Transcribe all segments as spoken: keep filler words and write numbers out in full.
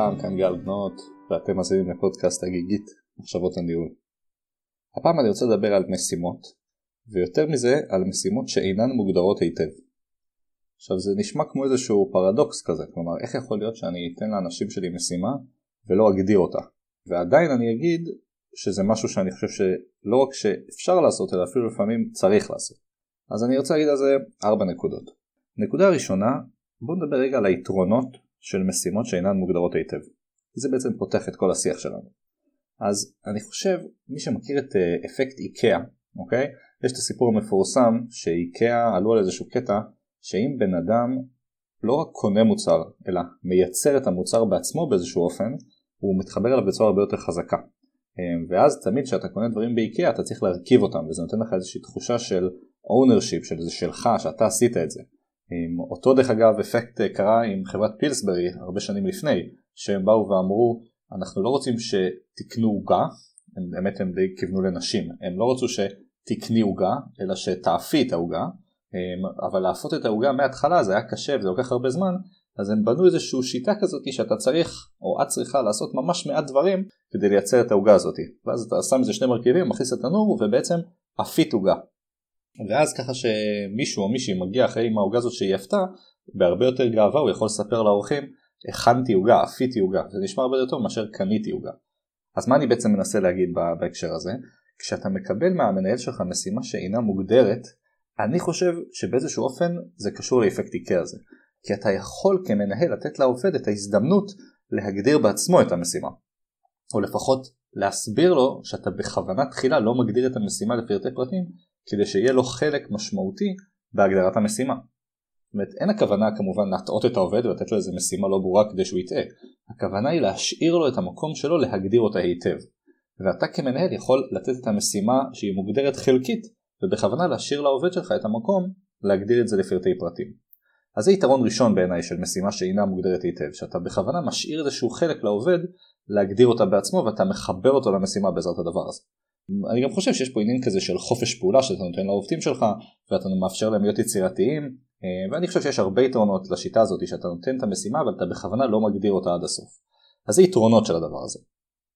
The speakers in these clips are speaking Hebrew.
שלום, כאן גל גנות, ואתם מאזינים לפודקאסט הגיגית, מחשבות הניהול. הפעם אני רוצה לדבר על משימות, ויותר מזה על משימות שאינן מוגדרות היטב. עכשיו זה נשמע כמו איזשהו פרדוקס כזה, כלומר איך יכול להיות שאני אתן לאנשים שלי משימה ולא אגדיר אותה. ועדיין אני אגיד שזה משהו שאני חושב שלא רק שאפשר לעשות, אלא אפילו לפעמים צריך לעשות. אז אני רוצה להגיד על זה ארבע נקודות. נקודה ראשונה, בואו נדבר רגע על היתרונות של משימות שאינן מוגדרות היטב. זה בעצם פותח את כל השיח שלנו. אז אני חושב, מי שמכיר את אפקט איקאה, אוקיי? יש את הסיפור המפורסם שאיקאה עלו על איזשהו קטע, שאם בן אדם לא רק קונה מוצר, אלא מייצר את המוצר בעצמו באיזשהו אופן, הוא מתחבר אליו בצורה הרבה יותר חזקה. ואז תמיד כשאתה קונה דברים באיקאה, אתה צריך להרכיב אותם, וזה נותן לך איזושהי תחושה של ownership, של זה שלך, שאתה עשית את זה. אותו דרך אגב אפקט קרה עם חברת פילסברי הרבה שנים לפני, שהם באו ואמרו אנחנו לא רוצים שתקנו עוגה, באמת הם די כיוונו לנשים, הם לא רצו שתקני עוגה אלא שתאפי את העוגה, אבל להפות את העוגה מההתחלה זה היה קשה וזה לוקח הרבה זמן, אז הם בנו איזושהי שיטה כזאת שאתה צריך או את צריכה לעשות ממש מעט דברים כדי לייצר את העוגה הזאת, ואז אתה שם איזה שני מרכיבים, מכניס את הנור ובעצם אפית עוגה. ואז ככה שמישהו או מישהי מגיע אחרי עם העוגה הזאת שהיא יפתה, בהרבה יותר גאווה הוא יכול לספר לאורחים, הכנתי עוגה, אפיתי עוגה, זה נשמע הרבה יותר טוב מאשר קניתי עוגה. אז מה אני בעצם מנסה להגיד בהקשר הזה? כשאתה מקבל מהמנהל שלך משימה שאינה מוגדרת, אני חושב שבאיזשהו אופן זה קשור לאפקט איקאה הזה. כי אתה יכול כמנהל לתת לעובד את ההזדמנות להגדיר בעצמו את המשימה. או לפחות להסביר לו שאתה בכוונה תחילה לא מגדיר את המשימה לפרטי פרטים, כדי שיהיה לו חלק משמעותי בהגדרת המשימה. זאת אומרת, אין הכוונה כמובן להטעות את העובד ולתת לו איזו משימה לא ברורה כדי שהוא יטעה. הכוונה היא להשאיר לו את המקום שלו להגדיר אותה היטב. ואתה כמנהל יכול לתת את המשימה שהיא מוגדרת חלקית, ובכוונה להשאיר לעובד שלך את המקום להגדיר את זה לפרטי פרטים. אז זה יתרון ראשון בעיניי של משימה שאינה מוגדרת היטב, שאתה בכוונה משאיר איזשהו חלק לעובד להגדיר אותה בעצמו ואתה מחבר אותו למשימה בעזרת הדבר הזה. אני גם חושב שיש פה עניין כזה של חופש פעולה שאתה נותן לעובדים שלך ואתה מאפשר להם להיות יצירתיים, ואני חושב שיש הרבה יתרונות לשיטה הזאת שאתה נותן את המשימה אבל אתה בכוונה לא מגדיר אותה עד הסוף. אז זה יתרונות של הדבר הזה.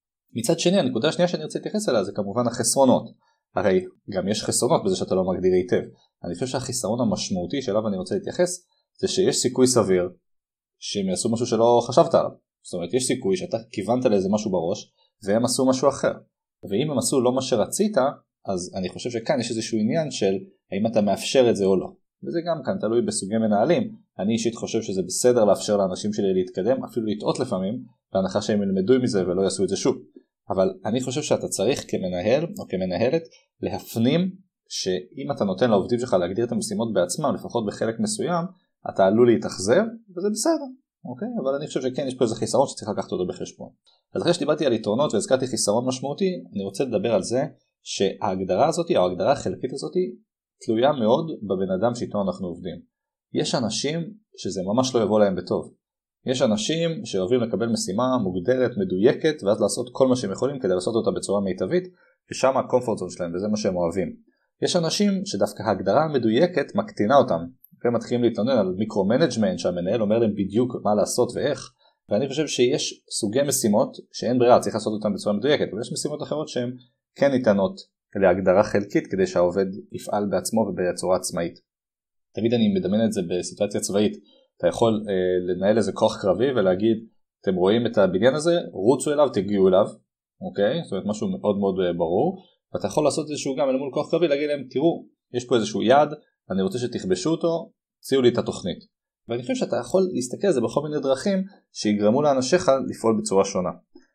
מצד שני, הנקודה השנייה שאני רוצה להתייחס אליה זה כמובן החסרונות. הרי גם יש חסרונות בזה שאתה לא מגדיר היטב. אני חושב שהחיסרון המשמעותי שאליו אני רוצה להתייחס זה שיש סיכוי סביר שהם יעשו משהו שלא חשבת עליו. זאת אומרת, יש סיכוי שאתה כיוונת לאיזה משהו בראש והם עשו משהו אחר. ואם הם עשו לא מה שרצית, אז אני חושב שכאן יש איזשהו עניין של האם אתה מאפשר את זה או לא. וזה גם כאן תלוי בסוגי מנהלים. אני אישית חושב שזה בסדר לאפשר לאנשים שלי להתקדם, אפילו לטעות לפעמים, בהנחה שהם ילמדו מזה ולא יעשו את זה שוב. אבל אני חושב שאתה צריך כמנהל או כמנהלת להפנים שאם אתה נותן לעובדים שלך להגדיר את המשימות בעצמם, לפחות בחלק מסוים, אתה עלול להתאכזב, וזה בסדר. אוקיי? אבל אני חושב שכן יש פה איזה חיסרון שצריך לקחת אותו בחשבון. אז אחרי שדיברתי על יתרונות והזכרתי חיסרון משמעותי, אני רוצה לדבר על זה שההגדרה הזאת, או ההגדרה החלקית הזאת, תלויה מאוד בבן אדם שאיתו אנחנו עובדים. יש אנשים שזה ממש לא יבוא להם בטוב. יש אנשים שאוהבים לקבל משימה מוגדרת, מדויקת, ואז לעשות כל מה שהם יכולים כדי לעשות אותה בצורה מיטבית, ושם הקומפורט זון שלהם, וזה מה שהם אוהבים. יש אנשים שדווקא ההגדרה המדויקת מקטינה אותם. והם מתחילים להתלונן על מיקרו-מנג'מנט שהמנהל אומר להם בדיוק מה לעשות ואיך, ואני חושב שיש סוגי משימות שאין ברירה, צריך לעשות אותם בצורה מדויקת, אבל יש משימות אחרות שהן כן ניתנות להגדרה חלקית כדי שהעובד יפעל בעצמו ובצורה עצמאית. תמיד אני מדמיין את זה בסיטואציה צבאית, אתה יכול אה, לנהל איזה כוח קרבי ולהגיד, אתם רואים את הבניין הזה, רוצו אליו, תגיעו אליו, אוקיי? זאת אומרת משהו מאוד מאוד ברור, ואתה יכול לעשות איזשהו גם אל מול כוח קרבי, להגיד להם, תראו, יש פה איזשהו יעד, אני רוצה שתכבשו אותו, ציעו לי את התוכנית. ואני חושב שאתה יכול להסתכל על זה בכל מיני דרכים שיגרמו לאנשיך לפעול בצורה שונה.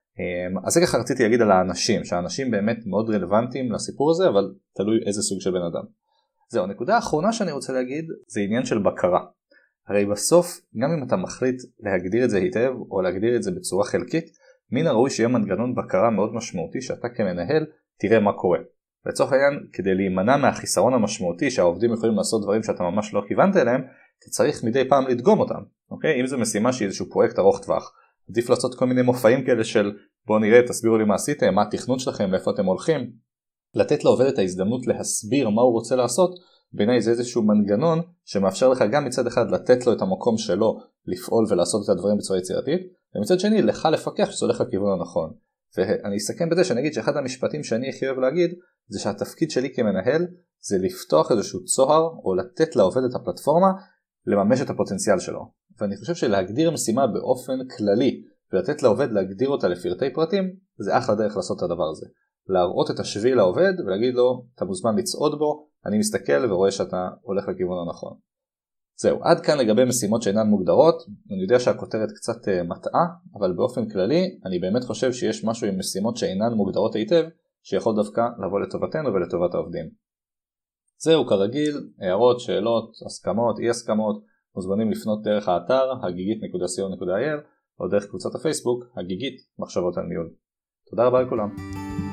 אז זה ככה רציתי להגיד על האנשים, שהאנשים באמת מאוד רלוונטיים לסיפור הזה, אבל תלוי איזה סוג של בן אדם. זהו, הנקודה האחרונה שאני רוצה להגיד זה עניין של בקרה. הרי בסוף, גם אם אתה מחליט להגדיר את זה היטב, או להגדיר את זה בצורה חלקית, מן הראוי שיהיה מנגנון בקרה מאוד משמעותי שאתה כמנהל תראה מה קורה. לצורך העניין, כדי להימנע מהחיסרון המשמעותי שהעובדים יכולים לעשות דברים שאתה ממש לא כיוונת אליהם, אתה צריך מדי פעם לדגום אותם. אוקיי? אם זו משימה שהיא איזשהו פרויקט ארוך טווח, עדיף לעשות כל מיני מופעים כאלה של בוא נראה, תסבירו לי מה עשיתם, מה התכנון שלכם, לאיפה אתם הולכים. לתת לעובד את ההזדמנות להסביר מה הוא רוצה לעשות, בעיניי זה איזשהו מנגנון שמאפשר לך גם מצד אחד לתת לו את המקום שלו לפעול ולעשות את הדברים בצורה יצירתית, ומצד שני לך לפקח שזה הולך לכיוון הנכון. ואני אסכם בזה שאני אגיד שאחד המשפטים שאני הכי אוהב להגיד זה שהתפקיד שלי כמנהל זה לפתוח איזשהו צוהר או לתת לעובד את הפלטפורמה לממש את הפוטנציאל שלו. ואני חושב שלהגדיר משימה באופן כללי ולתת לעובד להגדיר אותה לפרטי פרטים זה אחלה דרך לעשות את הדבר הזה. להראות את השביל לעובד ולהגיד לו אתה מוזמן לצעוד בו, אני מסתכל ורואה שאתה הולך לכיוון הנכון. זהו, עד כאן לגבי משימות שאינן מוגדרות. אני יודע שהכותרת קצת מטעה, אבל באופן כללי אני באמת חושב שיש משהו עם משימות שאינן מוגדרות היטב שיכול דווקא לבוא לטובתנו ולטובת העובדים. זהו, כרגיל, הערות, שאלות, הסכמות, אי הסכמות, מוזמנים לפנות דרך האתר הגיגית נקודה סי או נקודה איי אל או דרך קבוצת הפייסבוק הגיגית מחשבות על ניהול. תודה רבה לכולם.